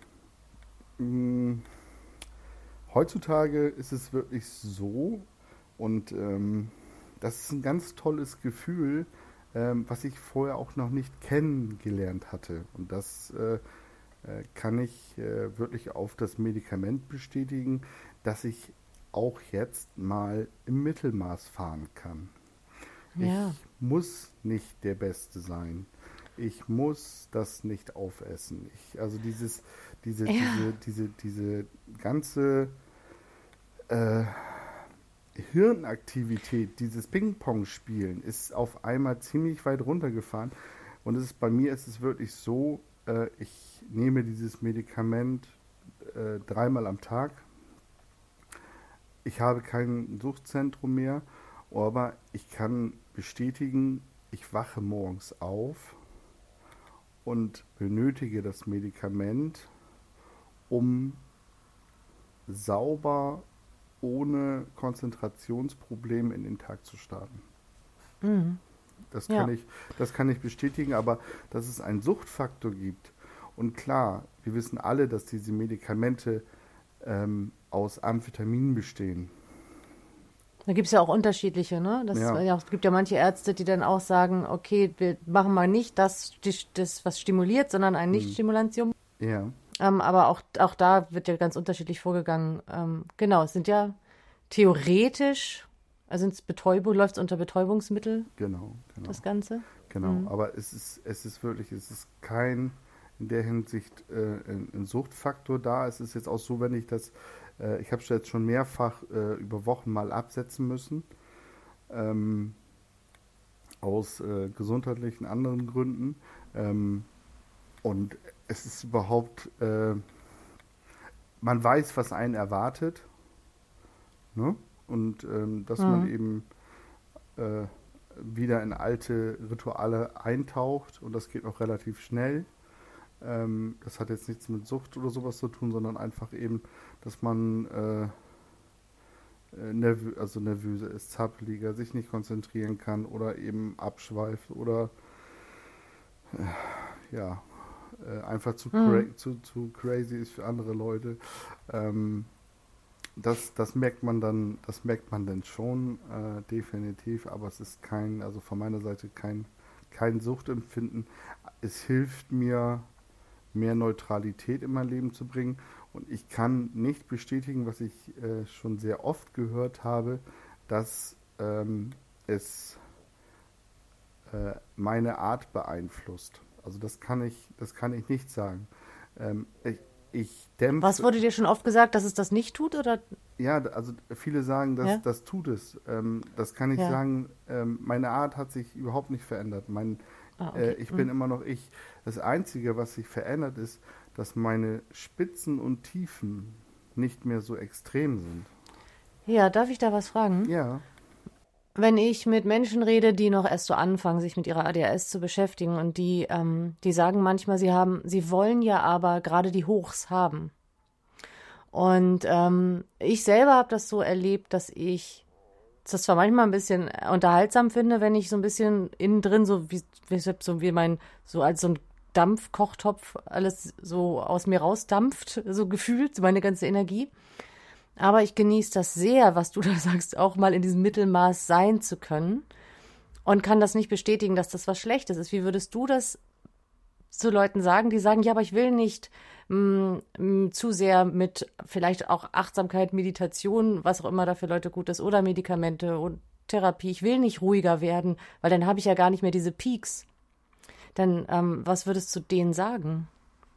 Heutzutage ist es wirklich so und das ist ein ganz tolles Gefühl, was ich vorher auch noch nicht kennengelernt hatte. Und das kann ich wirklich auf das Medikament bestätigen, dass ich auch jetzt mal im Mittelmaß fahren kann. Ja. Ich muss nicht der Beste sein. Ich muss das nicht aufessen. Also Ja. diese ganze äh, Hirnaktivität, dieses Ping-Pong-Spielen ist auf einmal ziemlich weit runtergefahren. Und bei mir ist es wirklich so, ich nehme dieses Medikament dreimal am Tag. Ich habe kein Suchtzentrum mehr, aber ich kann bestätigen, ich wache morgens auf und benötige das Medikament, um sauber, ohne Konzentrationsprobleme in den Tag zu starten. Mhm. Das kann Ja. ich, das kann ich bestätigen, aber dass es einen Suchtfaktor gibt. Und klar, wir wissen alle, dass diese Medikamente aus Amphetaminen bestehen. Da gibt es ja auch unterschiedliche, ne? Ja, Ja, es gibt ja manche Ärzte, die dann auch sagen, okay, wir machen mal nicht das was stimuliert, sondern ein hm, Nicht-Stimulantium. ja, Aber auch da wird ja ganz unterschiedlich vorgegangen. Genau, es sind ja theoretisch, also läuft es unter Betäubungsmittel, genau, genau, das Ganze. genau. Mhm. Aber es ist kein in der Hinsicht ein Suchtfaktor da. Es ist jetzt auch so, wenn ich habe es jetzt schon mehrfach über Wochen mal absetzen müssen, ähm, aus gesundheitlichen anderen Gründen. Ähm, und es ist man weiß, was einen erwartet, ne? Und dass man Mhm. eben äh, wieder in alte Rituale eintaucht und das geht auch relativ schnell. Das hat jetzt nichts mit Sucht oder sowas zu tun, sondern einfach eben, dass man nervöser ist, zappeliger, sich nicht konzentrieren kann oder eben abschweift oder ja, einfach Mhm. zu crazy ist für andere Leute. Ähm, das merkt man dann schon, definitiv, aber es ist also von meiner Seite kein Suchtempfinden. Es hilft mir, mehr Neutralität in mein Leben zu bringen. Und ich kann nicht bestätigen, was ich schon sehr oft gehört habe, dass es meine Art beeinflusst. Also das kann ich nicht sagen. Ich Was dämpfe, wurde dir schon oft gesagt, dass es das nicht tut, oder? ja, also viele sagen, dass Ja? das tut es. Das kann ich Ja. sagen. Meine Art hat sich überhaupt nicht verändert. Ah, okay. Ich bin Mhm. immer noch ich. Das Einzige, was sich verändert, ist, dass meine Spitzen und Tiefen nicht mehr so extrem sind. Ja, darf ich da was fragen? Ja, Wenn ich mit Menschen rede, die noch erst so anfangen, sich mit ihrer ADHS zu beschäftigen und die sagen manchmal, sie wollen ja aber gerade die Hochs haben. Und ich selber habe das so erlebt, dass ich das zwar manchmal ein bisschen unterhaltsam finde, wenn ich so ein bisschen innen drin, so wie so als so ein Dampfkochtopf alles so aus mir rausdampft, so gefühlt, meine ganze Energie. Aber ich genieße das sehr, was du da sagst, auch mal in diesem Mittelmaß sein zu können und kann das nicht bestätigen, dass das was Schlechtes ist. Wie würdest du das zu Leuten sagen, die sagen, ja, aber ich will nicht zu sehr mit vielleicht auch Achtsamkeit, Meditation, was auch immer da für Leute gut ist, oder Medikamente und Therapie. Ich will nicht ruhiger werden, weil dann habe ich ja gar nicht mehr diese Peaks. Dann, was würdest du denen sagen?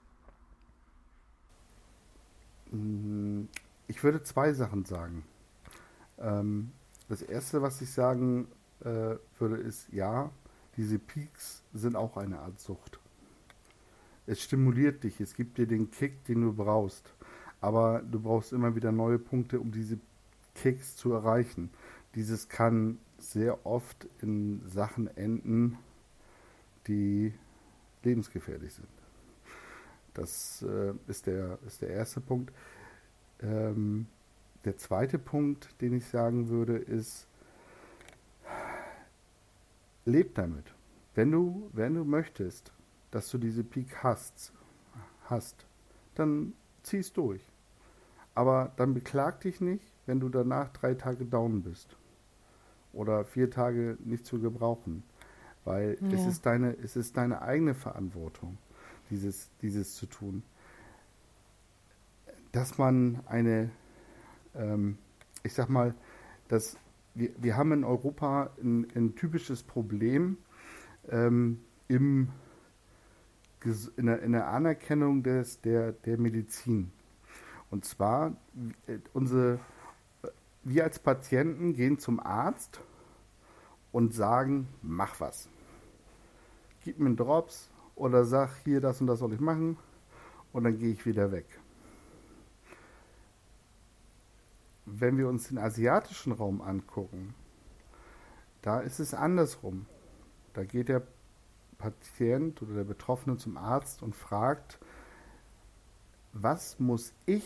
mm, ich würde zwei Sachen sagen. Ähm, Das erste, was ich sagen würde, ist, ja, diese Peaks sind auch eine Art Sucht. Es stimuliert dich, es gibt dir den Kick, den du brauchst. Aber du brauchst immer wieder neue Punkte, um diese Kicks zu erreichen. Dieses kann sehr oft in Sachen enden, die lebensgefährlich sind. Das ist der erste Punkt. Ähm, Der zweite Punkt, den ich sagen würde, ist, leb damit. Wenn du möchtest, dass du diese Peak hast, dann zieh's durch. Aber dann beklag dich nicht, wenn du danach 3 Tage down bist oder 4 Tage nicht zu gebrauchen, weil Ja. es ist deine eigene Verantwortung. dieses zu tun. Dass man ich sag mal, dass wir haben in Europa ein typisches Problem in der Anerkennung der Medizin. Und zwar, wir als Patienten gehen zum Arzt und sagen, mach was. Gib mir einen Drops oder sag, hier, das und das soll ich machen und dann gehe ich wieder weg. Wenn wir uns den asiatischen Raum angucken, da ist es andersrum. Da geht der Patient oder der Betroffene zum Arzt und fragt, was muss ich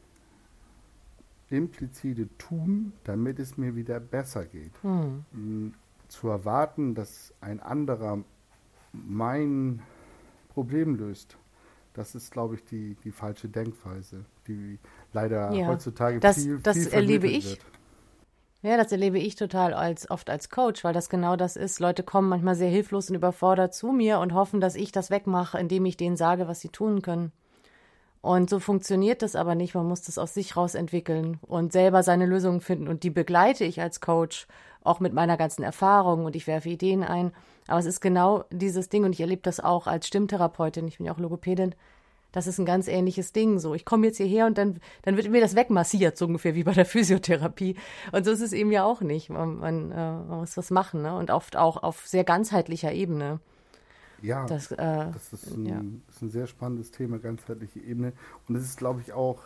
implizite tun, damit es mir wieder besser geht. Zu erwarten, dass ein anderer mein Problem löst, das ist, glaube ich, die falsche Denkweise, die leider heutzutage viel erlebe vermittelt ich. wird. Ja, das erlebe ich total oft als Coach, weil das genau das ist. Leute kommen manchmal sehr hilflos und überfordert zu mir und hoffen, dass ich das wegmache, indem ich denen sage, was sie tun können. Und so funktioniert das aber nicht. Man muss das aus sich raus entwickeln und selber seine Lösungen finden. Und die begleite ich als Coach auch mit meiner ganzen Erfahrung und ich werfe Ideen ein. Aber es ist genau dieses Ding und ich erlebe das auch als Stimmtherapeutin. Ich bin ja auch Logopädin. Das ist ein ganz ähnliches Ding. So, ich komme jetzt hierher und dann wird mir das wegmassiert, so ungefähr wie bei der Physiotherapie. Und so ist es eben ja auch nicht. Man muss was machen, ne? Und oft auch auf sehr ganzheitlicher Ebene. Ja, das ist ein sehr spannendes Thema, ganzheitliche Ebene. Und es ist, glaube ich, auch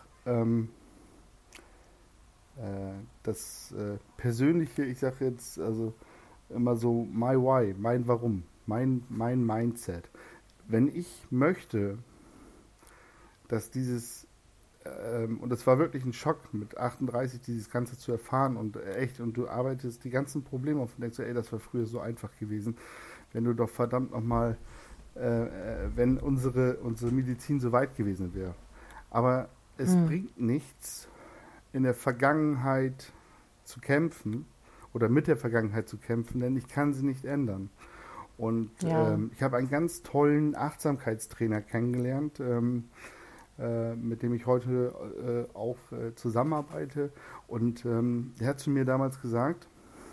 das Persönliche, ich sage jetzt also immer so my why, mein Warum, mein Mindset. Wenn ich möchte, dass und es war wirklich ein Schock mit 38 dieses Ganze zu erfahren und und du arbeitest die ganzen Probleme auf und denkst, ey, das war früher so einfach gewesen, wenn du doch verdammt nochmal, wenn unsere Medizin so weit gewesen wäre. Aber es bringt nichts, in der Vergangenheit zu kämpfen oder mit der Vergangenheit zu kämpfen, denn ich kann sie nicht ändern. Und ich habe einen ganz tollen Achtsamkeitstrainer kennengelernt, mit dem ich heute auch zusammenarbeite. Und der hat zu mir damals gesagt,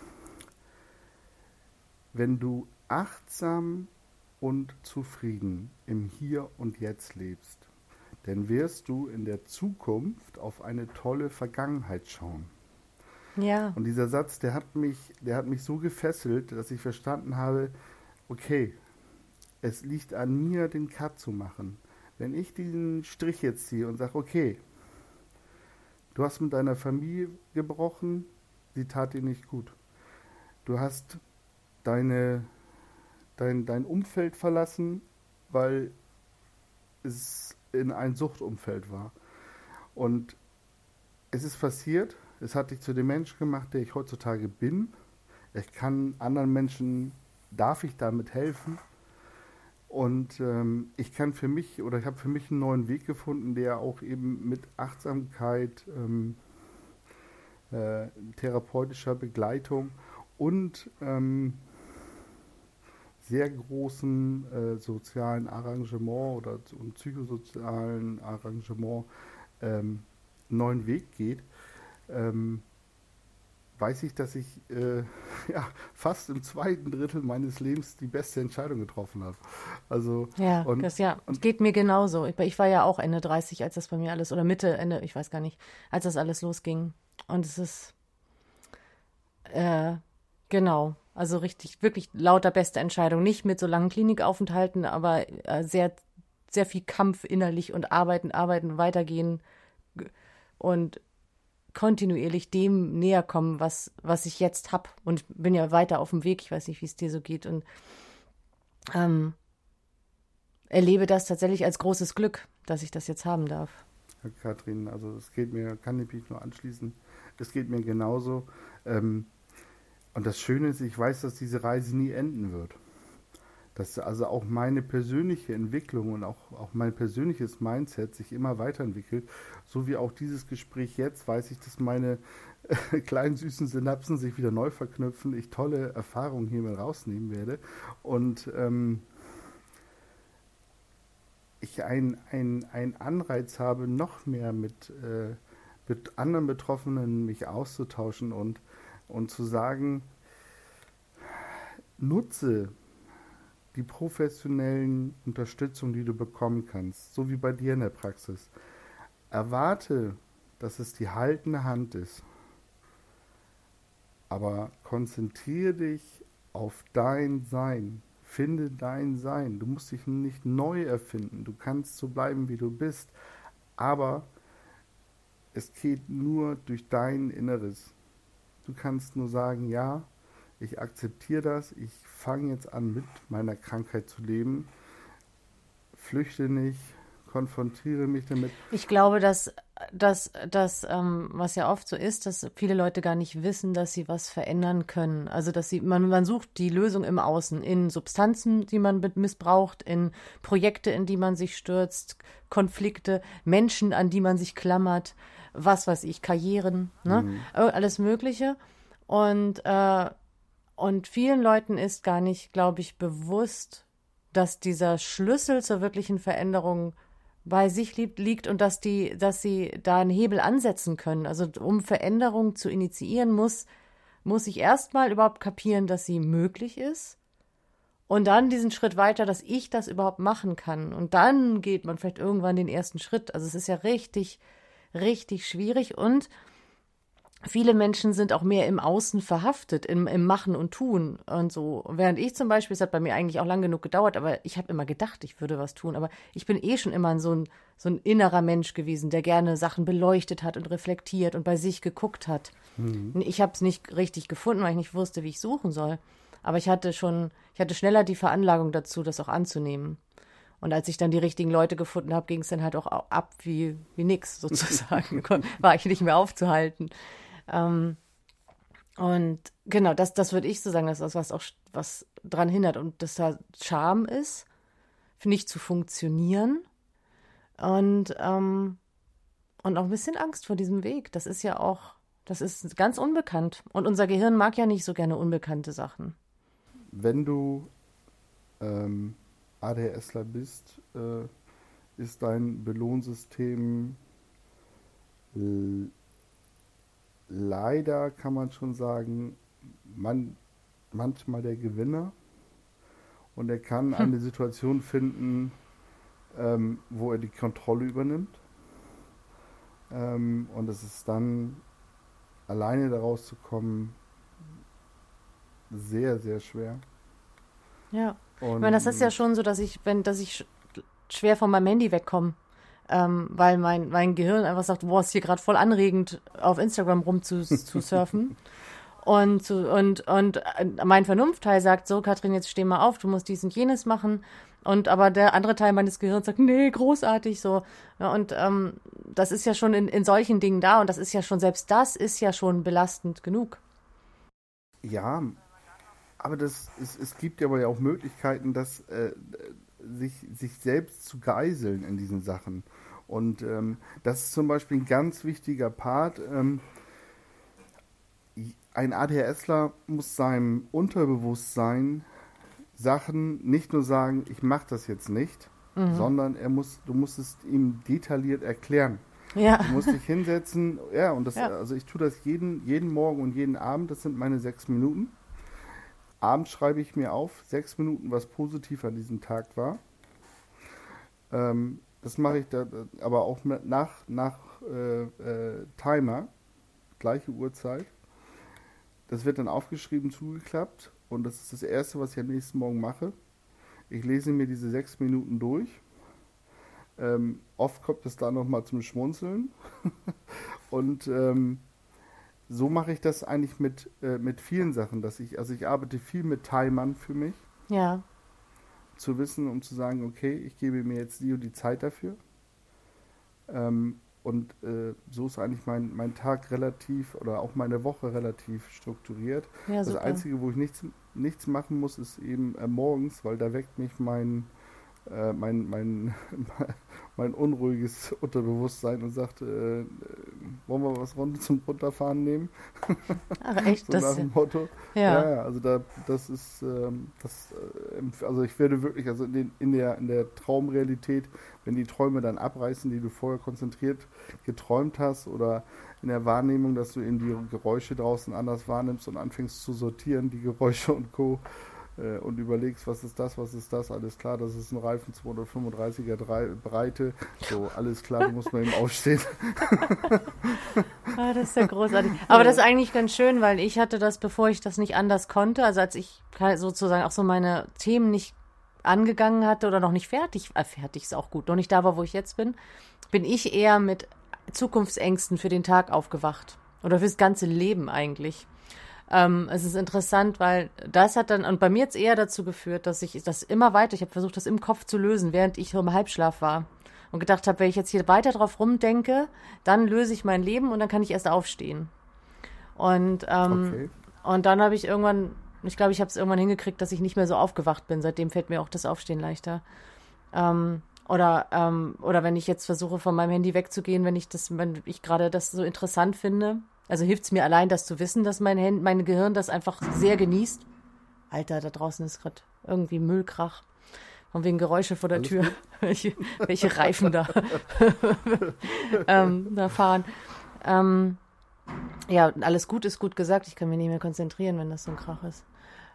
wenn du achtsam und zufrieden im Hier und Jetzt lebst, dann wirst du in der Zukunft auf eine tolle Vergangenheit schauen. Ja. Und dieser Satz, der hat mich so gefesselt, dass ich verstanden habe, okay, es liegt an mir, den Cut zu machen. Wenn ich diesen Strich jetzt ziehe und sage, okay, du hast mit deiner Familie gebrochen, sie tat dir nicht gut. Du hast dein Umfeld verlassen, weil es in ein Suchtumfeld war. Und es ist passiert, es hat dich zu dem Menschen gemacht, der ich heutzutage bin. Ich kann anderen Menschen, darf ich damit helfen? Und ich kann für mich, oder ich habe für mich einen neuen Weg gefunden, der auch eben mit Achtsamkeit, therapeutischer Begleitung und sehr großen sozialen Arrangement und psychosozialen Arrangement neuen Weg geht, weiß ich, dass ich fast im 2. Drittel meines Lebens die beste Entscheidung getroffen habe. Also, es geht mir genauso. Ich war ja auch Ende 30, als das bei mir alles, oder Mitte, Ende, ich weiß gar nicht, als das alles losging. Und es ist, genau, also richtig, wirklich lauter beste Entscheidung. Nicht mit so langen Klinikaufenthalten, aber sehr, sehr viel Kampf innerlich und arbeiten, weitergehen und kontinuierlich dem näher kommen, was ich jetzt habe. Und bin ja weiter auf dem Weg. Ich weiß nicht, wie es dir so geht. Und erlebe das tatsächlich als großes Glück, dass ich das jetzt haben darf. Ja, Katrin, also kann ich mich nur anschließen. Es geht mir genauso. Und das Schöne ist, ich weiß, dass diese Reise nie enden wird. Dass also auch meine persönliche Entwicklung und auch mein persönliches Mindset sich immer weiterentwickelt, so wie auch dieses Gespräch jetzt, weiß ich, dass meine kleinen süßen Synapsen sich wieder neu verknüpfen, ich tolle Erfahrungen hier mal rausnehmen werde und ich einen Anreiz habe, noch mehr mit anderen Betroffenen mich auszutauschen und zu sagen, nutze die professionellen Unterstützung, die du bekommen kannst, so wie bei dir in der Praxis. Erwarte, dass es die haltende Hand ist, aber konzentriere dich auf dein Sein. Finde dein Sein. Du musst dich nicht neu erfinden. Du kannst so bleiben, wie du bist, aber es geht nur durch dein Inneres. Du kannst nur sagen, ja, ich akzeptiere das, ich fange jetzt an, mit meiner Krankheit zu leben, flüchte nicht, konfrontiere mich damit. Ich glaube, dass was ja oft so ist, dass viele Leute gar nicht wissen, dass sie was verändern können. Also dass man sucht die Lösung im Außen, in Substanzen, die man missbraucht, in Projekte, in die man sich stürzt, Konflikte, Menschen, an die man sich klammert, was weiß ich, Karrieren, ne? Alles Mögliche. Und vielen Leuten ist gar nicht, glaube ich, bewusst, dass dieser Schlüssel zur wirklichen Veränderung bei sich liegt und dass sie da einen Hebel ansetzen können. Also um Veränderung zu initiieren, muss ich erstmal überhaupt kapieren, dass sie möglich ist. Und dann diesen Schritt weiter, dass ich das überhaupt machen kann. Und dann geht man vielleicht irgendwann den ersten Schritt. Also es ist ja richtig, richtig schwierig. Und viele Menschen sind auch mehr im Außen verhaftet, im Machen und Tun und so. Während ich zum Beispiel, es hat bei mir eigentlich auch lang genug gedauert, aber ich habe immer gedacht, ich würde was tun. Aber ich bin schon immer so ein innerer Mensch gewesen, der gerne Sachen beleuchtet hat und reflektiert und bei sich geguckt hat. Ich habe es nicht richtig gefunden, weil ich nicht wusste, wie ich suchen soll. Aber ich hatte schneller die Veranlagung dazu, das auch anzunehmen. Und als ich dann die richtigen Leute gefunden habe, ging es dann halt auch ab wie nix sozusagen. War ich nicht mehr aufzuhalten. Und genau, das würde ich so sagen, dass das was dran hindert und dass da Scham ist, nicht zu funktionieren und auch ein bisschen Angst vor diesem Weg. Das ist ganz unbekannt und unser Gehirn mag ja nicht so gerne unbekannte Sachen. Wenn du ADHSler bist, ist dein Belohnsystem leider, kann man schon sagen, manchmal der Gewinner, und er kann eine Situation finden, wo er die Kontrolle übernimmt, und es ist dann, alleine daraus zu kommen, sehr, sehr schwer. Ja, Und ich meine, das ist ja schon so, dass ich schwer von meinem Handy wegkomme. Weil mein Gehirn einfach sagt, boah, ist hier gerade voll anregend, auf Instagram rumzusurfen. Und mein Vernunftteil sagt so, Katrin, jetzt steh mal auf, du musst dies und jenes machen. Aber der andere Teil meines Gehirns sagt, nee, großartig, so. Ja, und das ist ja schon in solchen Dingen da und selbst das ist ja schon belastend genug. ja, aber es gibt ja aber ja auch Möglichkeiten, sich selbst zu geiseln in diesen Sachen. Und das ist zum Beispiel ein ganz wichtiger Part. Ein ADHSler muss seinem Unterbewusstsein Sachen nicht nur sagen, ich mache das jetzt nicht, sondern du musst es ihm detailliert erklären. Ja. Du musst dich hinsetzen, ja, und also ich tue das jeden Morgen und jeden Abend, das sind meine 6 Minuten. Abends schreibe ich mir auf, 6 Minuten, was positiv an diesem Tag war. Das mache ich da, aber auch nach Timer, gleiche Uhrzeit. Das wird dann aufgeschrieben, zugeklappt, und das ist das Erste, was ich am nächsten Morgen mache. Ich lese mir diese 6 Minuten durch. Oft kommt es da nochmal zum Schmunzeln. Und so mache ich das eigentlich mit vielen Sachen, ich arbeite viel mit Timern für mich, Ja. zu wissen, um zu sagen, okay, ich gebe mir jetzt die und die Zeit dafür. So ist eigentlich mein Tag relativ, oder auch meine Woche relativ strukturiert. Ja, Das super. Einzige, wo ich nichts machen muss, ist eben morgens, weil da weckt mich mein mein mein unruhiges Unterbewusstsein und sagt, wollen wir was zum Runterfahren nehmen? Ach echt, So nach das, dem Motto. ja. Ja, ja, also das ist, also ich werde wirklich, also in der Traumrealität, wenn die Träume dann abreißen, die du vorher konzentriert geträumt hast, oder in der Wahrnehmung, dass du eben die Geräusche draußen anders wahrnimmst und anfängst zu sortieren, die Geräusche und Co. Und überlegst, was ist das, alles klar, das ist ein Reifen 235er Breite, so, alles klar, du musst mal eben aufstehen. Ah, das ist ja großartig. Aber das ist eigentlich ganz schön, weil ich hatte das, bevor ich das nicht anders konnte, also als ich sozusagen auch so meine Themen nicht angegangen hatte oder noch nicht fertig ist auch gut, noch nicht da war, wo ich jetzt bin ich eher mit Zukunftsängsten für den Tag aufgewacht. Oder fürs ganze Leben eigentlich. Es ist interessant, weil das hat dann, und bei mir jetzt eher dazu geführt, dass ich das immer weiter, ich habe versucht, das im Kopf zu lösen, während ich so im Halbschlaf war. Und gedacht habe, wenn ich jetzt hier weiter drauf rumdenke, dann löse ich mein Leben und dann kann ich erst aufstehen. Und, Okay. und dann habe ich irgendwann, ich glaube, ich habe es irgendwann hingekriegt, dass ich nicht mehr so aufgewacht bin. Seitdem fällt mir auch das Aufstehen leichter. Oder wenn ich jetzt versuche, von meinem Handy wegzugehen, wenn ich gerade das so interessant finde. Also hilft es mir allein, das zu wissen, dass mein Gehirn das einfach sehr genießt. Alter, da draußen ist gerade irgendwie Müllkrach. Von wegen Geräusche vor der Alles Tür. gut? Welche Reifen da, da fahren. Ähm, ja, alles gut ist gut gesagt. Ich kann mich nicht mehr konzentrieren, wenn das so ein Krach ist.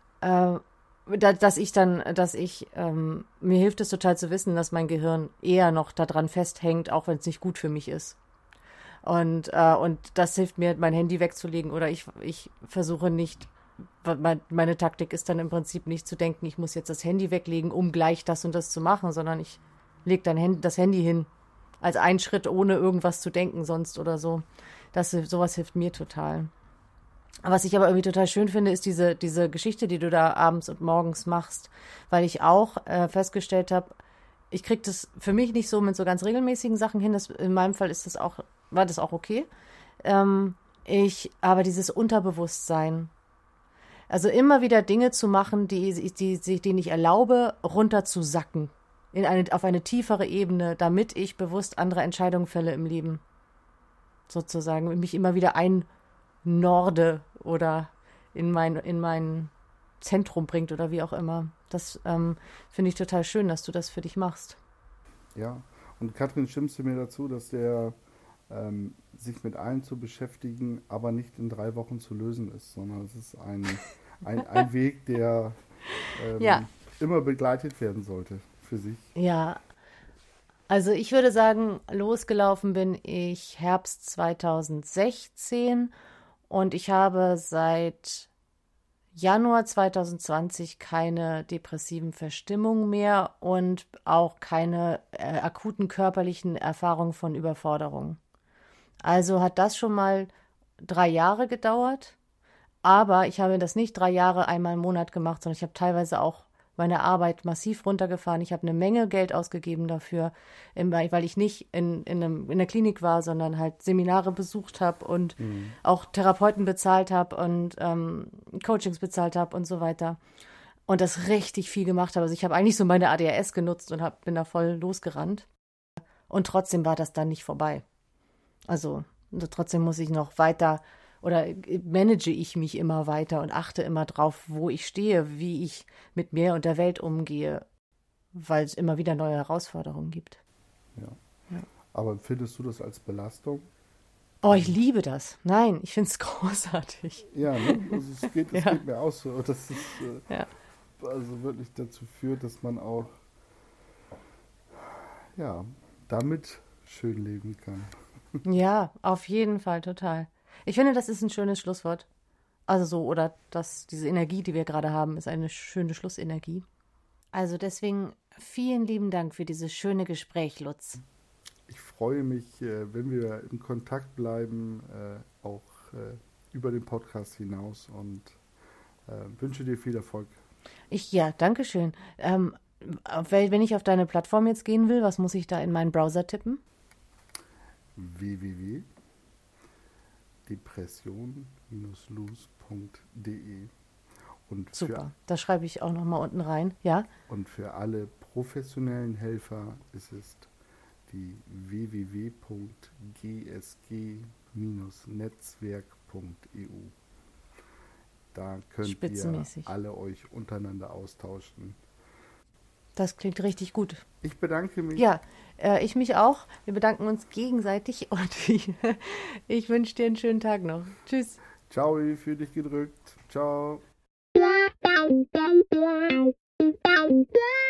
Mir hilft es total zu wissen, dass mein Gehirn eher noch daran festhängt, auch wenn es nicht gut für mich ist. Und das hilft mir, mein Handy wegzulegen. Oder ich versuche nicht, meine Taktik ist dann im Prinzip nicht zu denken, ich muss jetzt das Handy weglegen, um gleich das und das zu machen, sondern ich lege dann das Handy hin. Als einen Schritt, ohne irgendwas zu denken sonst oder so. Sowas hilft mir total. Was ich aber irgendwie total schön finde, ist diese Geschichte, die du da abends und morgens machst. Weil ich auch festgestellt habe, ich kriege das für mich nicht so mit so ganz regelmäßigen Sachen hin. In meinem Fall war das auch okay. Aber dieses Unterbewusstsein, also immer wieder Dinge zu machen, denen ich erlaube, runterzusacken. Auf eine tiefere Ebene, damit ich bewusst andere Entscheidungen fälle im Leben. Sozusagen. Und mich immer wieder einnorde oder in mein Zentrum bringt oder wie auch immer. Das finde ich total schön, dass du das für dich machst. Ja. Und Katrin, stimmst du mir dazu, dass der sich mit allem zu beschäftigen, aber nicht in 3 Wochen zu lösen ist, sondern es ist ein Weg, der Ja, immer begleitet werden sollte für sich. ja. Also ich würde sagen, losgelaufen bin ich Herbst 2016 und ich habe seit Januar 2020 keine depressiven Verstimmungen mehr und auch keine akuten körperlichen Erfahrungen von Überforderung. Also hat das schon mal 3 Jahre gedauert, aber ich habe das nicht 3 Jahre einmal im Monat gemacht, sondern ich habe teilweise auch meine Arbeit massiv runtergefahren. Ich habe eine Menge Geld ausgegeben dafür, weil ich nicht in der Klinik war, sondern halt Seminare besucht habe und Mhm. auch Therapeuten bezahlt habe und Coachings bezahlt habe und so weiter. Und das richtig viel gemacht habe. Also ich habe eigentlich so meine ADHS genutzt und bin da voll losgerannt. Und trotzdem war das dann nicht vorbei. Also trotzdem muss ich noch weiter oder manage ich mich immer weiter und achte immer drauf, wo ich stehe, wie ich mit mir und der Welt umgehe, weil es immer wieder neue Herausforderungen gibt. Ja. Ja. Aber empfindest du das als Belastung? Oh, ich liebe das. Nein, ich finde es großartig. Ja, ne? Also es Ja, geht mir auch so, dass es ja. also wirklich dazu führt, dass man auch ja, damit schön leben kann. Ja, auf jeden Fall, total. Ich finde, das ist ein schönes Schlusswort. Also so, oder diese Energie, die wir gerade haben, ist eine schöne Schlussenergie. Also deswegen vielen lieben Dank für dieses schöne Gespräch, Lutz. Ich freue mich, wenn wir in Kontakt bleiben, auch über den Podcast hinaus, und wünsche dir viel Erfolg. Ja, danke schön. Wenn ich auf deine Plattform jetzt gehen will, was muss ich da in meinen Browser tippen? www.depression-lose.de. Und Super, das schreibe ich auch nochmal unten rein, ja? Und für alle professionellen Helfer ist es die www.gsg-netzwerk.eu. Da könnt ihr alle euch untereinander austauschen. Das klingt richtig gut. Ich bedanke mich. Ja, ich mich auch. Wir bedanken uns gegenseitig und ich wünsche dir einen schönen Tag noch. Tschüss. Ciao, fühl dich gedrückt. Ciao.